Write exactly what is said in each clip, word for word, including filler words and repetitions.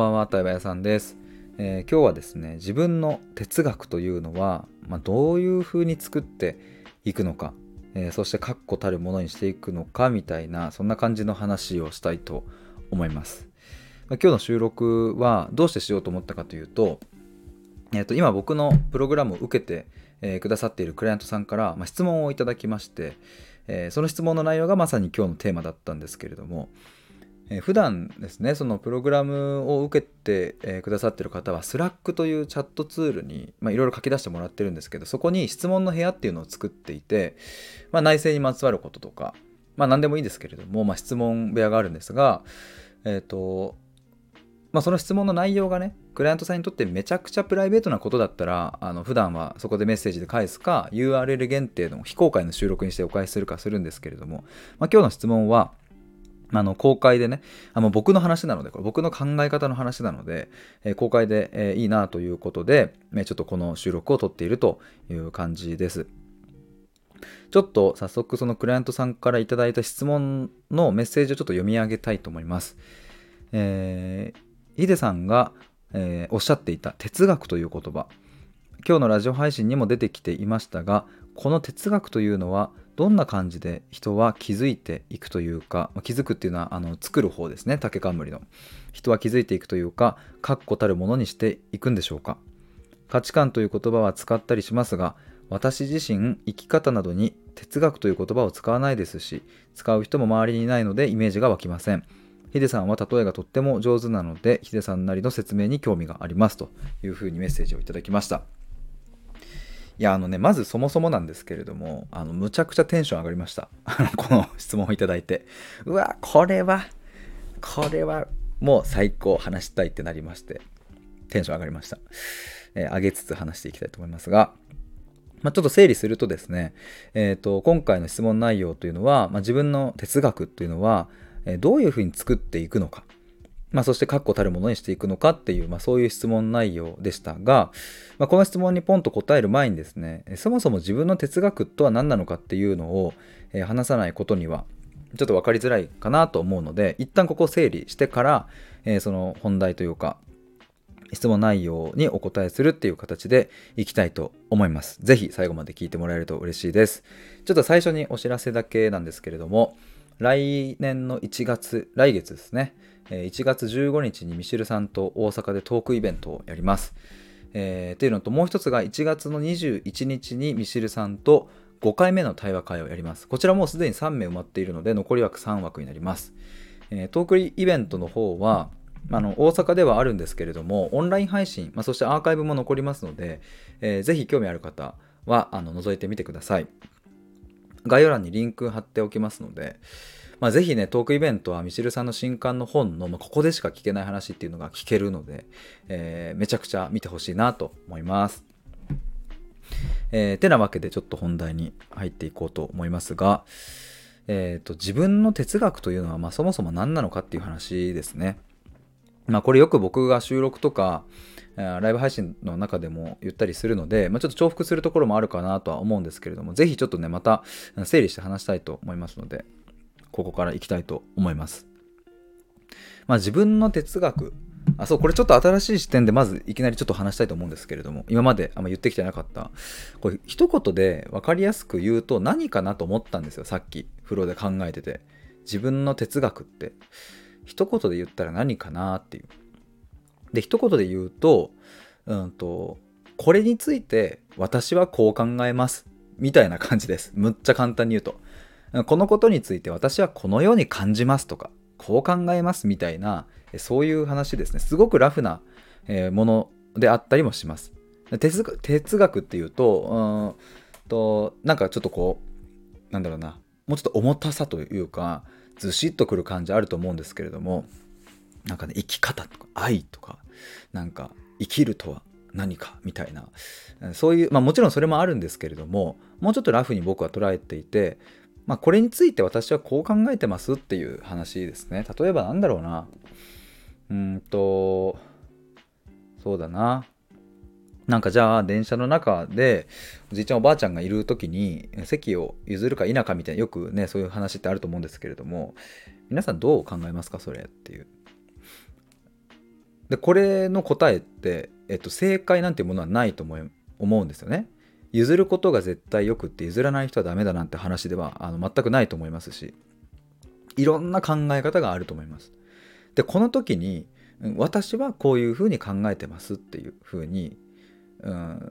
ばんは、対話屋さんです。えー今日はですね、自分の哲学というのは、まあ、どういうふうに作っていくのか、えーそして確固たるものにしていくのかみたいな、そんな感じの話をしたいと思います。まあ、今日の収録はどうしてしようと思ったかというと、えーと今僕のプログラムを受けて、えーくださっているクライアントさんから、まあ、質問をいただきまして、えーその質問の内容がまさに今日のテーマだったんですけれども、えー普段ですね、そのプログラムを受けて、えーくださっている方は、Slack というチャットツールに、まあ、いろいろ書き出してもらってるんですけど、そこに質問の部屋っていうのを作っていて、まあ、内政にまつわることとか、まあ、何でもいいですけれども、まあ、質問部屋があるんですが、えっと、まあ、その質問の内容がね、クライアントさんにとってめちゃくちゃプライベートなことだったら、あの普段はそこでメッセージで返すか、ユーアールエル 限定の非公開の収録にしてお返しするかするんですけれども、まあ、今日の質問は、あの公開でね、あの僕の話なので、これ僕の考え方の話なので、えー公開で、えーいいなということで、えーちょっとこの収録を撮っているという感じです。ちょっと早速そのクライアントさんからいただいた質問のメッセージをちょっと読み上げたいと思います。えー、ヒデさんが、えーおっしゃっていた哲学という言葉、今日のラジオ配信にも出てきていましたが、この哲学というのはどんな感じで人は気づいていくというか、気づくっていうのはあの作る方ですね、竹冠の。人は気づいていくというか、確固たるものにしていくんでしょうか。価値観という言葉は使ったりしますが、私自身生き方などに哲学という言葉を使わないですし、使う人も周りにいないのでイメージが湧きません。ヒデさんは例えがとっても上手なので、ヒデさんなりの説明に興味がありますというふうにメッセージをいただきました。いや、あのね、まずそもそもなんですけれども、あの、むちゃくちゃテンション上がりました。あのこの質問をいただいて。うわ、これは、これは、もう最高、話したいってなりまして、テンション上がりました。えー上げつつ話していきたいと思いますが、まあ、ちょっと整理するとですね、えーと、今回の質問内容というのは、まあ、自分の哲学というのは、えーどういうふうに作っていくのか、まあ、そして確固たるものにしていくのかっていう、まあ、そういう質問内容でしたが、まあ、この質問にポンと答える前にですね、そもそも自分の哲学とは何なのかっていうのを、えー話さないことにはちょっと分かりづらいかなと思うので、一旦ここを整理してから、えーその本題というか質問内容にお答えするっていう形でいきたいと思います。ぜひ最後まで聞いてもらえると嬉しいです。ちょっと最初にお知らせだけなんですけれども、来年のいちがつ、来月ですね、いちがつじゅうごにちにミシルさんと大阪でトークイベントをやります。えー、っていうのと、もう一つがいちがつのにじゅういちにちにミシルさんとごかいめの対話会をやります。こちらもうすでにさんめい埋まっているので、残り枠さんわくになります。えートークイベントの方は、あの大阪ではあるんですけれども、オンライン配信、まあ、そしてアーカイブも残りますので、えーぜひ興味ある方はあの覗いてみてください。概要欄にリンク貼っておきますので、まあ、ぜひね、トークイベントはミシルさんの新刊の本の、まあ、ここでしか聞けない話っていうのが聞けるので、えーめちゃくちゃ見てほしいなと思います。えーてなわけでちょっと本題に入っていこうと思いますが、えーと、自分の哲学というのは、まあ、そもそも何なのかっていう話ですね。まあ、これよく僕が収録とかライブ配信の中でも言ったりするので、まあ、ちょっと重複するところもあるかなとは思うんですけれども、ぜひちょっとねまた整理して話したいと思いますので、ここから行きたいと思います。まあ、自分の哲学、あ、そう、これちょっと新しい視点でまずいきなりちょっと話したいと思うんですけれども、今まであんま言ってきてなかったこれ一言で分かりやすく言うと何かなと思ったんですよ。さっき風呂で考えてて、自分の哲学って一言で言ったら何かなっていう。で、一言で言うと、うんと、これについて私はこう考えますみたいな感じです。むっちゃ簡単に言うと。このことについて私はこのように感じますとか、こう考えますみたいな、そういう話ですね。すごくラフなものであったりもします。哲学、哲学っていうと、うんと、なんかちょっとこう、なんだろうな、もうちょっと重たさというか、ずしっとくる感じあると思うんですけれども、なんかね、生き方とか愛とか、なんか生きるとは何かみたいな、そういう、まあもちろんそれもあるんですけれども、もうちょっとラフに僕は捉えていて、まあこれについて私はこう考えてますっていう話ですね。例えばなんだろうな、うーんと、そうだな。なんかじゃあ電車の中でおじいちゃんおばあちゃんがいる時に席を譲るか否かみたいな、よくねそういう話ってあると思うんですけれども、皆さんどう考えますかそれっていう。 でこれの答えって、えっと、正解なんていうものはないと思い思うんですよね。譲ることが絶対よくって譲らない人はダメだなんて話ではあの全くないと思いますし、いろんな考え方があると思います。でこの時に私はこういうふうに考えてますっていうふうに、うん、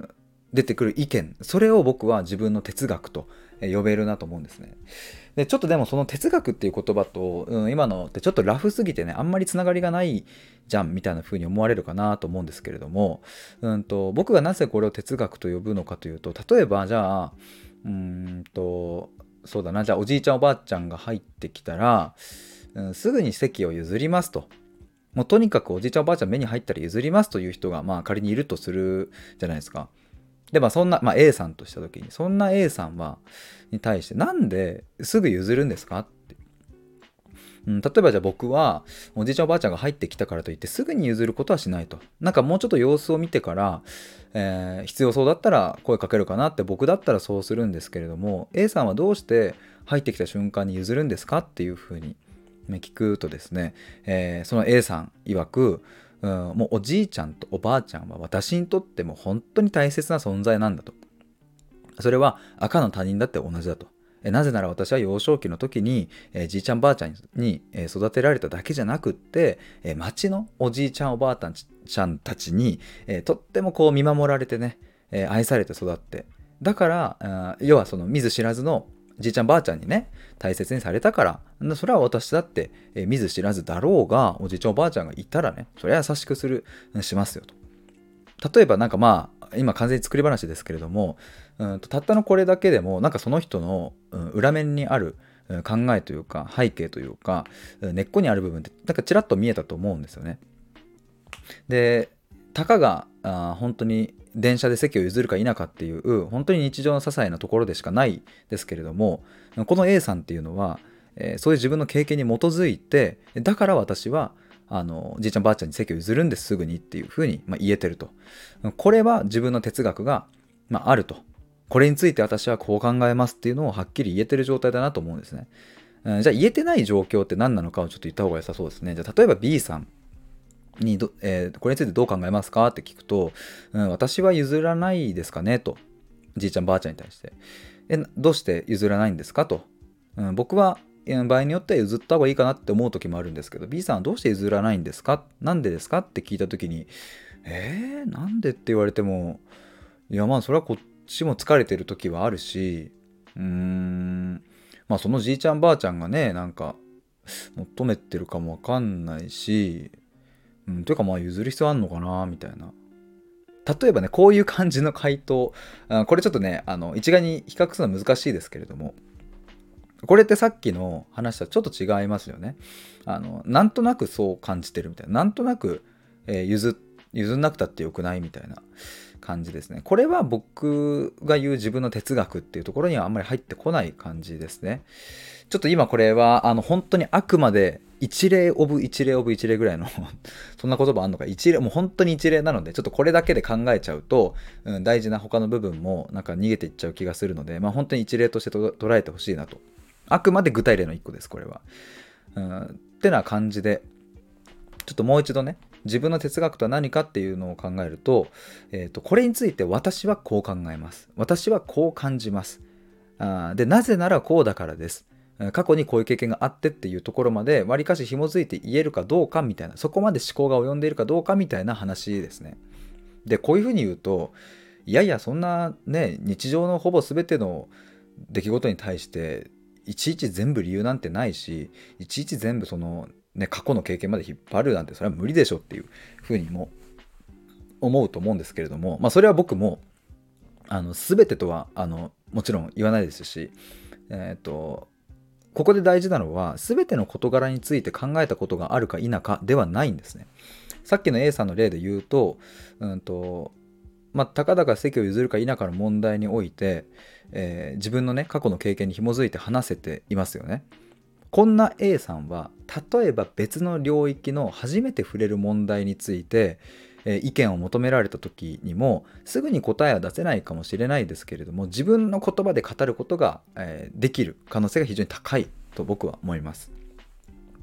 出てくる意見、それを僕は自分の哲学と呼べるなと思うんですね。でちょっとでもその哲学っていう言葉と、うん、今のってちょっとラフすぎてね、あんまりつながりがないじゃんみたいな風に思われるかなと思うんですけれども、うんと僕がなぜこれを哲学と呼ぶのかというと、例えばじゃあうーんとそうだな、じゃあおじいちゃんおばあちゃんが入ってきたら、うん、すぐに席を譲りますと。もうとにかくおじいちゃんおばあちゃん目に入ったら譲りますという人がまあ仮にいるとするじゃないですか。でまあそんな、まあ、A さんとした時に、そんな A さんはに対してなんですぐ譲るんですかって、うん、例えばじゃあ僕はおじいちゃんおばあちゃんが入ってきたからといってすぐに譲ることはしないと。なんかもうちょっと様子を見てから、えー必要そうだったら声かけるかなって、僕だったらそうするんですけれども、 A さんはどうして入ってきた瞬間に譲るんですかっていうふうに聞くとですね、えーその A さん曰く、うん、もうおじいちゃんとおばあちゃんは私にとっても本当に大切な存在なんだと。それは赤の他人だって同じだと。なぜなら私は幼少期の時に、えーじいちゃんばあちゃんに育てられただけじゃなくって、えー町のおじいちゃんおばあちゃんたちに、えーとってもこう見守られてね、えー愛されて育って、だからあ要はその見ず知らずのじいちゃんばあちゃんにね大切にされたから、それは私だって、えー見ず知らずだろうがおじいちゃんおばあちゃんがいたらね、それは優しくするしますよと。例えばなんかまあ今完全に作り話ですけれども、うんとたったのこれだけでもなんかその人の、うん、裏面にあるうん考えというか背景というか、うん根っこにある部分ってなんかちらっと見えたと思うんですよね。でたかがあー本当に電車で席を譲るか否かっていう本当に日常の些細なところでしかないですけれども、この A さんっていうのは、えーそういう自分の経験に基づいて、だから私はあのじいちゃんばあちゃんに席を譲るんですすぐにっていうふうに、まあ、言えてると。これは自分の哲学が、まあ、あると。これについて私はこう考えますっていうのをはっきり言えてる状態だなと思うんですね。うん、じゃあ言えてない状況って何なのかをちょっと言った方が良さそうですね。じゃあ例えば B さんにど、えーこれについてどう考えますかって聞くと、うん、私は譲らないですかねと。じいちゃんばあちゃんに対して。え、どうして譲らないんですかと。うん、僕は場合によっては譲った方がいいかなって思う時もあるんですけど、 B さんはどうして譲らないんですか、なんでですかって聞いた時に、えー、なんでって言われても、いやまあそれはこっちも疲れてる時はあるし、うーん、まあそのじいちゃんばあちゃんがね、なんか求めてるかもわかんないし、うん、というかまあ譲る必要あんのかなみたいな。例えばね、こういう感じの回答、あこれちょっとね、あの一概に比較するのは難しいですけれども、これってさっきの話とはちょっと違いますよね。あのなんとなくそう感じてるみたいな、なんとなく、えー譲譲んなくたってよくないみたいな感じですね。これは僕が言う自分の哲学っていうところにはあんまり入ってこない感じですね。ちょっと今これはあの本当にあくまで一例オブ一例オブ一例ぐらいのそんな言葉あんのか、一例、もう本当に一例なので、ちょっとこれだけで考えちゃうと、うん、大事な他の部分もなんか逃げていっちゃう気がするので、まあ本当に一例としてと捉えてほしいなと。あくまで具体例の一個ですこれは。うん、ってな感じで、ちょっともう一度ね、自分の哲学とは何かっていうのを考えると、えーと、これについて私はこう考えます。私はこう感じます。あで、なぜならこうだからです。過去にこういう経験があってっていうところまでわりかし紐づいて言えるかどうかみたいな、そこまで思考が及んでいるかどうかみたいな話ですね。で、こういうふうに言うと、いやいやそんなね、日常のほぼ全ての出来事に対していちいち全部理由なんてないし、いちいち全部そのね過去の経験まで引っ張るなんてそれは無理でしょっていうふうにも思うと思うんですけれども、まあそれは僕もあの全てとはあのもちろん言わないですし、えっ、とここで大事なのは全ての事柄について考えたことがあるか否かではないんですね。さっきの A さんの例で言うと、うんとまあ、たかだか席を譲るか否かの問題において、えー自分のね過去の経験に紐づいて話せていますよね。こんな A さんは例えば別の領域の初めて触れる問題について、えー意見を求められた時にもすぐに答えは出せないかもしれないですけれども、自分の言葉で語ることが、えーできる可能性が非常に高いと僕は思います。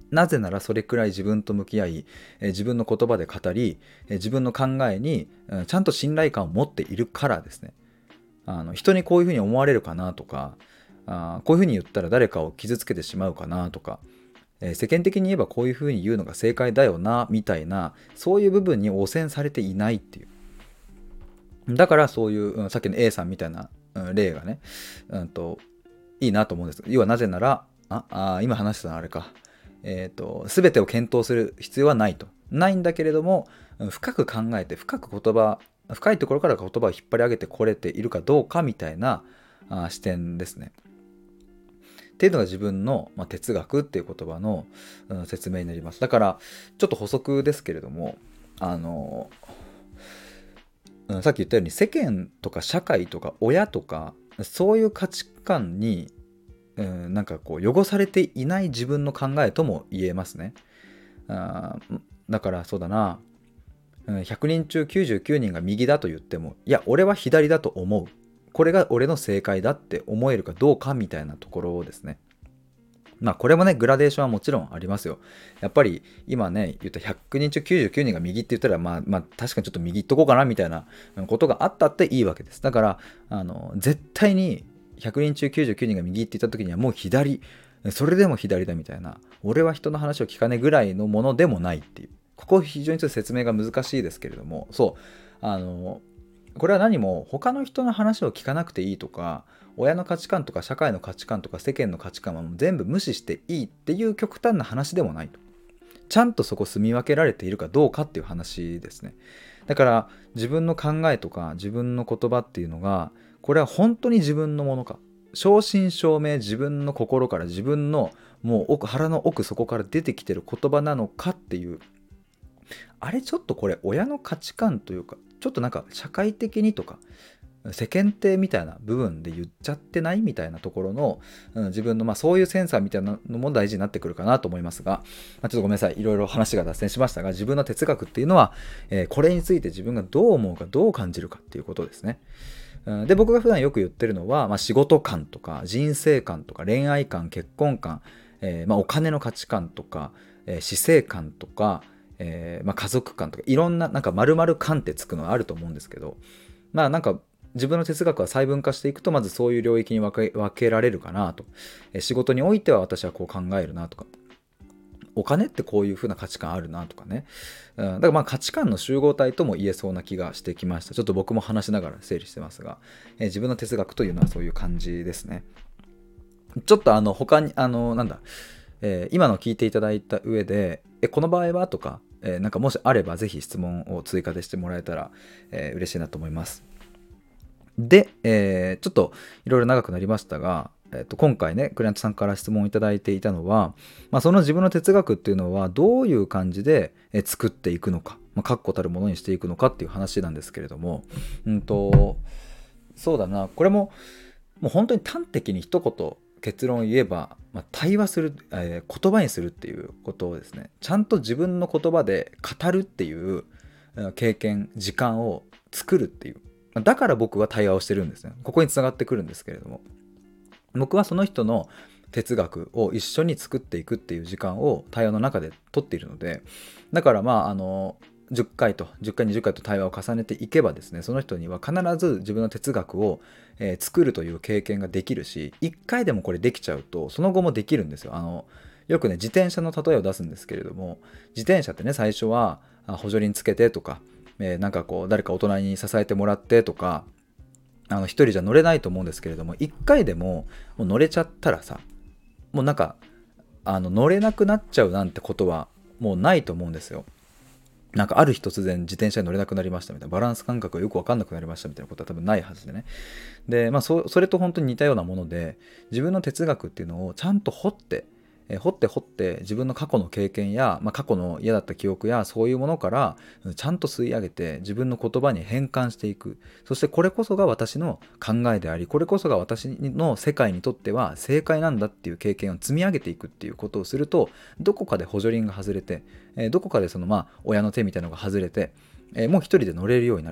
なぜならそれくらい自分と向き合い、えー自分の言葉で語り、えー自分の考えに、うんちゃんと信頼感を持っているからですね。あの人にこういうふうに思われるかなとか、あーこういうふうに言ったら誰かを傷つけてしまうかなとか、えー世間的に言えばこういうふうに言うのが正解だよなみたいな、そういう部分に汚染されていないっていう。だからそういう、うんさっきの A さんみたいな、うん例がね、うんといいなと思うんです。要はなぜなら、ああ今話したのはあれか、えっ、と全てを検討する必要はないと。ないんだけれども、うん深く考えて深く言葉深いところから言葉を引っ張り上げてこれているかどうかみたいなあ視点ですね。っていうのが自分の、まあ、哲学っていう言葉の、うん、説明になります。だからちょっと補足ですけれども、あの、うん、さっき言ったように世間とか社会とか親とかそういう価値観に、うん、なんかこう汚されていない自分の考えとも言えますね。あだからそうだな、うんひゃくにん中きゅうじゅうきゅうにんが右だと言っても、いや俺は左だと思う、これが俺の正解だって思えるかどうかみたいなところですね。まあこれもねグラデーションはもちろんありますよ。やっぱり今ね言ったひゃくにん中きゅうじゅうきゅうにんが右って言ったら、まあまあ確かにちょっと右行っとこうかなみたいなことがあったっていいわけです。だからあの絶対にひゃくにん中きゅうじゅうきゅうにんが右って言った時にはもう左、それでも左だみたいな、俺は人の話を聞かねえぐらいのものでもないっていう、ここ非常にちょっと説明が難しいですけれども、そうあのこれは何も他の人の話を聞かなくていいとか、親の価値観とか社会の価値観とか世間の価値観はもう全部無視していいっていう極端な話でもないと。ちゃんとそこ住み分けられているかどうかっていう話ですね。だから自分の考えとか自分の言葉っていうのが、これは本当に自分のものか、正真正銘自分の心から自分のもう奥腹の奥底から出てきてる言葉なのかっていう、あれちょっとこれ親の価値観というか、ちょっとなんか社会的にとか世間体みたいな部分で言っちゃってないみたいなところの、うん、自分のまあそういうセンサーみたいなのも大事になってくるかなと思いますが、まあ、ちょっとごめんなさい、いろいろ話が脱線しましたが、自分の哲学っていうのは、えーこれについて自分がどう思うかどう感じるかっていうことですね。うんで僕が普段よく言ってるのは、まあ、仕事観とか人生観とか恋愛観結婚観、えーまあ、お金の価値観とか、えー死生観とか、えーまあ、家族観とかいろんななんか丸々観ってつくのはあると思うんですけど、まあなんか自分の哲学は細分化していくとまずそういう領域に分け、分けられるかなと、えー仕事においては私はこう考えるなとか、お金ってこういう風な価値観あるなとかね、うん、だからまあ価値観の集合体とも言えそうな気がしてきました。ちょっと僕も話しながら整理してますが、えー自分の哲学というのはそういう感じですね。ちょっとあの他にあのなんだ、えー今の聞いていただいた上でえこの場合はとか、えーなんかもしあればぜひ質問を追加でしてもらえたら、えー嬉しいなと思います。で、えーちょっといろいろ長くなりましたが、えーと今回ねクライアントさんから質問をいただいていたのは、まあ、その自分の哲学っていうのはどういう感じでえー作っていくのか、まあ、確固たるものにしていくのかっていう話なんですけれども、うんとそうだな、これももう本当に端的に一言結論を言えば、まあ、対話する、えー言葉にするっていうことをですね、ちゃんと自分の言葉で語るっていうえー経験時間を作るっていう、まあだから僕は対話をしてるんですね。ここにつながってくるんですけれども、僕はその人の哲学を一緒に作っていくっていう時間を対話の中で取っているので、だからまああのじゅっかいとじゅっかいにじゅっかいと対話を重ねていけばですね、その人には必ず自分の哲学を、えー作るという経験ができるし、いっかいでもこれできちゃうとその後もできるんですよ。あのよくね自転車の例えを出すんですけれども、自転車ってね最初はあ補助輪つけてとか、えーなんかこう誰か大人に支えてもらってとか、あの一人じゃ乗れないと思うんですけれども、いっかいでももう乗れちゃったらさ、もうなんかあの乗れなくなっちゃうなんてことはもうないと思うんですよ。なんかある日突然自転車に乗れなくなりましたみたいな、バランス感覚がよく分かんなくなりましたみたいなことは多分ないはずでね。でまあ そ, それと本当に似たようなもので、自分の哲学っていうのをちゃんと掘って、えー掘って掘って自分の過去の経験や、まあ、過去の嫌だった記憶やそういうものからうんちゃんと吸い上げて自分の言葉に変換していく。そしてこれこそが私の考えであり、これこそが私の世界にとっては正解なんだっていう経験を積み上げていくっていうことをすると、どこかで補助輪が外れて、えーどこかでそのまあ親の手みたいなのが外れて、えーもう一人で乗れるようになると。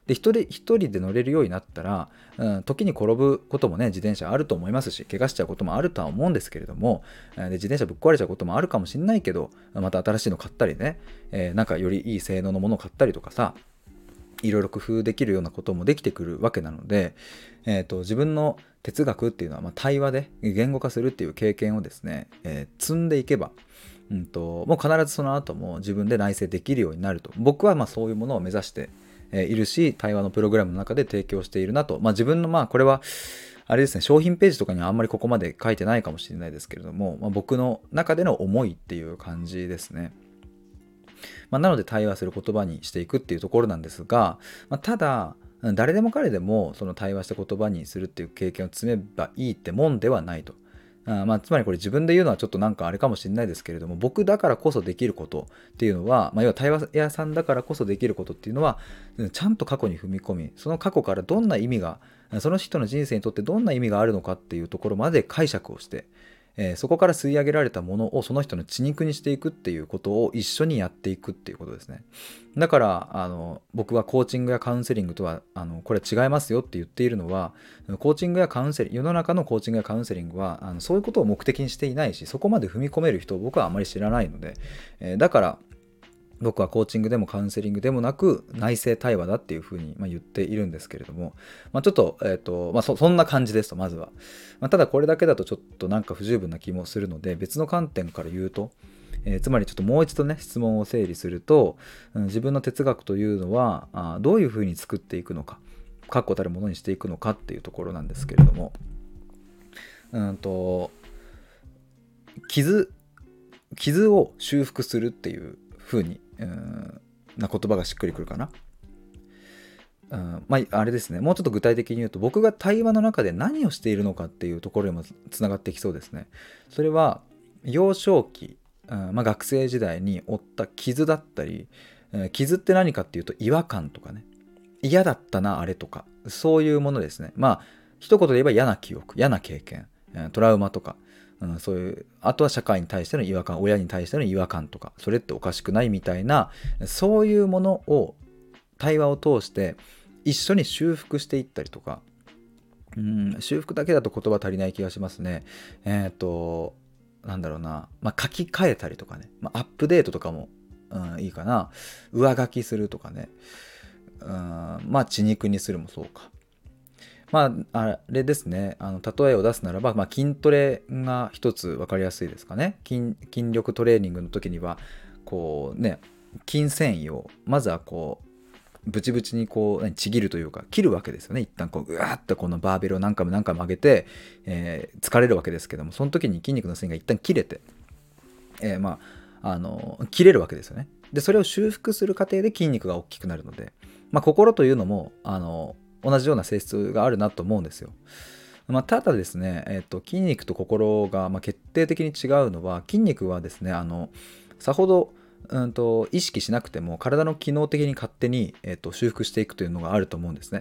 で一人一人で乗れるようになったら、うん、時に転ぶこともね自転車あると思いますし、怪我しちゃうこともあるとは思うんですけれども、で自転車ぶっ壊れちゃうこともあるかもしれないけど、また新しいの買ったりね、えー、なんかよりいい性能のものを買ったりとかさ、いろいろ工夫できるようなこともできてくるわけなので、えーと、自分の哲学っていうのは、まあ、対話で言語化するっていう経験をですね、えー、積んでいけば、うんと、もう必ずその後も自分で内省できるようになると、僕はまあそういうものを目指しているし、対話のプログラムの中で提供しているなと、まあ、自分のまあこれはあれですね、商品ページとかにはあんまりここまで書いてないかもしれないですけれども、まあ、僕の中での思いっていう感じですね。まあ、なので対話する言葉にしていくっていうところなんですが、まあ、ただ誰でも彼でもその対話した言葉にするっていう経験を積めばいいってもんではないと。あまあ、つまりこれ自分で言うのはちょっとなんかあれかもしれないですけれども、僕だからこそできることっていうのは、まあ、要は対話屋さんだからこそできることっていうのは、ちゃんと過去に踏み込み、その過去からどんな意味が、その人の人生にとってどんな意味があるのかっていうところまで解釈をして、えー、そこから吸い上げられたものをその人の血肉にしていくっていうことを一緒にやっていくっていうことですね。だからあの僕はコーチングやカウンセリングとはあのこれ違いますよって言っているのは、コーチングやカウンセリング、世の中のコーチングやカウンセリングはあのそういうことを目的にしていないし、そこまで踏み込める人を僕はあまり知らないので、えー、だから僕はコーチングでもカウンセリングでもなく内省対話だっていうふうにまあ言っているんですけれども、まあ、ちょっと、えーとまあ、そ, そんな感じですとまずは、まあ、ただこれだけだとちょっとなんか不十分な気もするので、別の観点から言うと、えー、つまりちょっともう一度ね質問を整理すると、うん、自分の哲学というのはあどういうふうに作っていくのか、確固たるものにしていくのかっていうところなんですけれども、うんと傷傷を修復するっていうふうにうんな言葉がしっくりくるかな。うん、まああれですね、もうちょっと具体的に言うと、僕が対話の中で何をしているのかっていうところにもつながってきそうですね。それは幼少期、うんまあ、学生時代に負った傷だったり、うん、傷って何かっていうと違和感とかね、嫌だったなあれとか、そういうものですね。まあ一言で言えば嫌な記憶、嫌な経験、トラウマとか、うん、そういう、あとは社会に対しての違和感、親に対しての違和感とか、それっておかしくないみたいな、そういうものを対話を通して一緒に修復していったりとか、うん、修復だけだと言葉足りない気がしますね。えっと、なんだろうな、まあ、書き換えたりとかね、まあ、アップデートとかも、うん、いいかな、上書きするとかね、うん、まあ血肉にするもそうか。まあ、あれですね、あの例えを出すならば、まあ、筋トレが一つ分かりやすいですかね。 筋, 筋力トレーニングの時にはこうね、筋繊維をまずはこうブチブチにこうちぎるというか切るわけですよね。一旦こううわーっとこのバーベルを何回も何回も上げて、えー、疲れるわけですけども、その時に筋肉の繊維が一旦切れて、えー、まああの切れるわけですよね。でそれを修復する過程で筋肉が大きくなるので、まあ、心というのもあの同じような性質があるなと思うんですよ。まあ、ただですね、えー、と筋肉と心がまあ決定的に違うのは、筋肉はですね、あのさほどうんと意識しなくても体の機能的に勝手に、えー、と修復していくというのがあると思うんですね。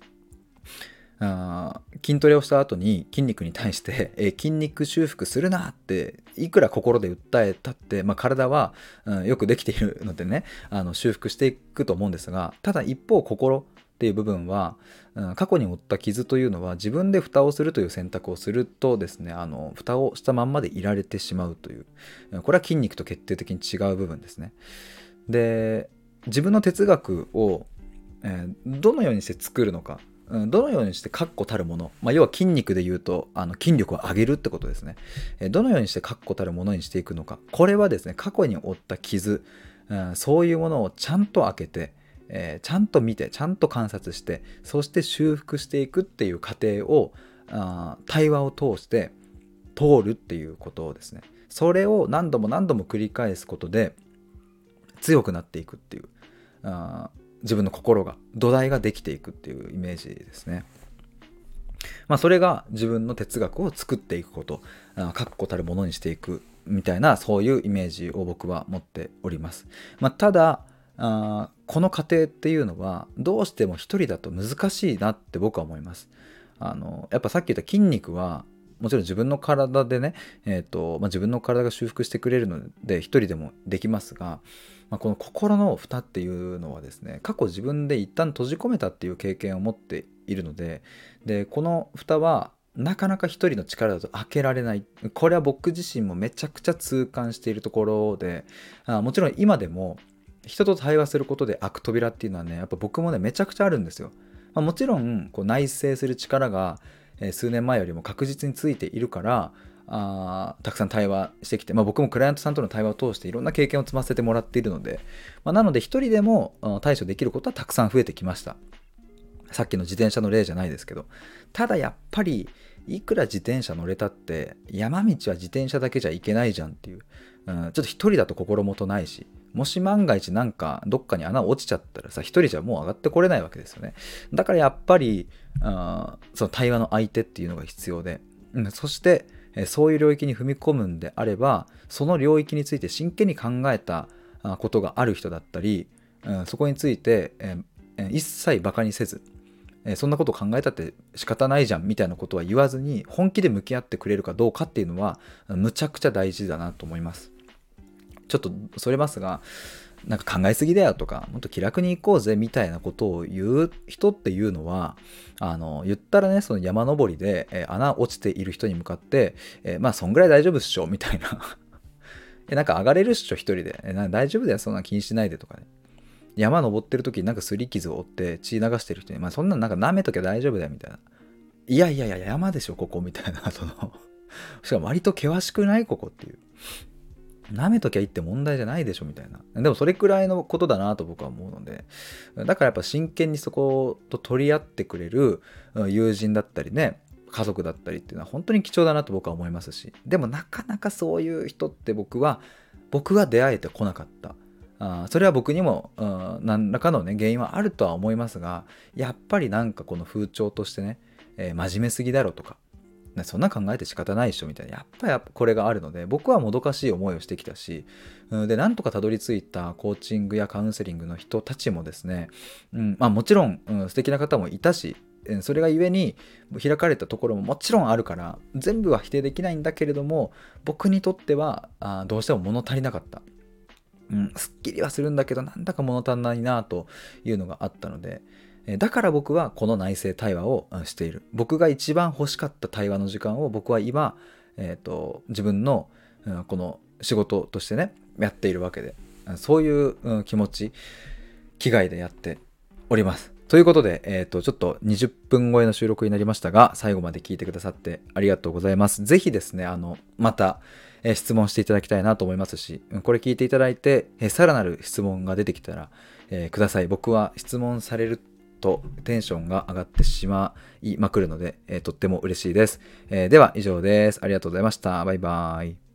あ筋トレをした後に筋肉に対して、えー、筋肉修復するなっていくら心で訴えたって、まあ、体は、うん、よくできているのでね、あの修復していくと思うんですが、ただ一方心っていう部分は、うん、過去に負った傷というのは自分で蓋をするという選択をするとですね、あの蓋をしたまんまでいられてしまうという、これは筋肉と決定的に違う部分ですね。で、自分の哲学を、えー、どのようにして作るのか、どのようにして確固たるもの、まあ、要は筋肉で言うとあの筋力を上げるってことですね。どのようにして確固たるものにしていくのか、これはですね、過去に負った傷、うん、そういうものをちゃんと開けて、えー、ちゃんと見て、ちゃんと観察して、そして修復していくっていう過程をあ対話を通して通るっていうことをですね、それを何度も何度も繰り返すことで強くなっていくっていう、あ自分の心が土台ができていくっていうイメージですね。まあそれが自分の哲学を作っていくこと、確固たるものにしていくみたいな、そういうイメージを僕は持っております。まあ、ただあこの過程っていうのはどうしても一人だと難しいなって僕は思います。あのやっぱさっき言った筋肉はもちろん自分の体でね、えーとまあ、自分の体が修復してくれるので一人でもできますが、まあ、この心の蓋っていうのはですね、過去自分で一旦閉じ込めたっていう経験を持っているので、でこの蓋はなかなか一人の力だと開けられない。これは僕自身もめちゃくちゃ痛感しているところで、あもちろん今でも人と対話することで開く扉っていうのはね、やっぱ僕もねめちゃくちゃあるんですよ。まあ、もちろんこう内省する力が、えー数年前よりも確実についているから、あたくさん対話してきて、まあ、僕もクライアントさんとの対話を通していろんな経験を積ませてもらっているので、まあ、なので一人でも対処できることはたくさん増えてきました。さっきの自転車の例じゃないですけど、ただやっぱりいくら自転車乗れたって山道は自転車だけじゃいけないじゃんっていう、うん、ちょっと一人だと心もとないし、もし万が一なんかどっかに穴落ちちゃったらさ、一人じゃもう上がってこれないわけですよね。だからやっぱり、うん、その対話の相手っていうのが必要で、うん、そしてそういう領域に踏み込むんであれば、その領域について真剣に考えたことがある人だったり、うん、そこについて、えー、一切バカにせず、そんなこと考えたって仕方ないじゃんみたいなことは言わずに、本気で向き合ってくれるかどうかっていうのはむちゃくちゃ大事だなと思います。ちょっとそれますが、なんか考えすぎだよとか、もっと気楽に行こうぜみたいなことを言う人っていうのは、あの言ったらね、その山登りで、えー、穴落ちている人に向かって、えー、まあそんぐらい大丈夫っしょみたいなえなんか上がれるっしょ一人で、えな大丈夫だよそんな気にしないでとかね、山登ってる時になんか擦り傷を負って血流してる人に、まあそんなんなんか舐めときゃ大丈夫だよみたいな。いやいやいや山でしょここみたいな、そのしかも割と険しくないここっていう。舐めときゃいいって問題じゃないでしょみたいな。でもそれくらいのことだなと僕は思うので、だからやっぱ真剣にそこと取り合ってくれる友人だったりね、家族だったりっていうのは本当に貴重だなと僕は思いますし、でもなかなかそういう人って僕は僕は出会えてこなかった。あそれは僕にも、うん、何らかの、ね、原因はあるとは思いますが、やっぱりなんかこの風潮としてね、えー真面目すぎだろとか、ねそんな考えて仕方ないでしょみたいな、やっぱりこれがあるので、僕はもどかしい思いをしてきたし、うんでなんとかたどり着いたコーチングやカウンセリングの人たちもですね、うんまあ、もちろん、うん、素敵な方もいたし、それがゆえに開かれたところももちろんあるから、全部は否定できないんだけれども、僕にとってはあどうしても物足りなかった。うん、すっきりはするんだけどなんだか物足んないなというのがあったので、だから僕はこの内政対話をしている。僕が一番欲しかった対話の時間を僕は今、えーと、自分のこの仕事としてねやっているわけで、そういう気持ち気概でやっております。ということで、えーと、ちょっとにじゅっぷん超えの収録になりましたが、最後まで聞いてくださってありがとうございます。ぜひですね、あのまたえー質問していただきたいなと思いますし、これ聞いていただいて、えーさらなる質問が出てきたら、えーください。僕は質問されるとテンションが上がってしまいまくるので、えーとっても嬉しいです。えーでは以上です。ありがとうございました。バイバイ。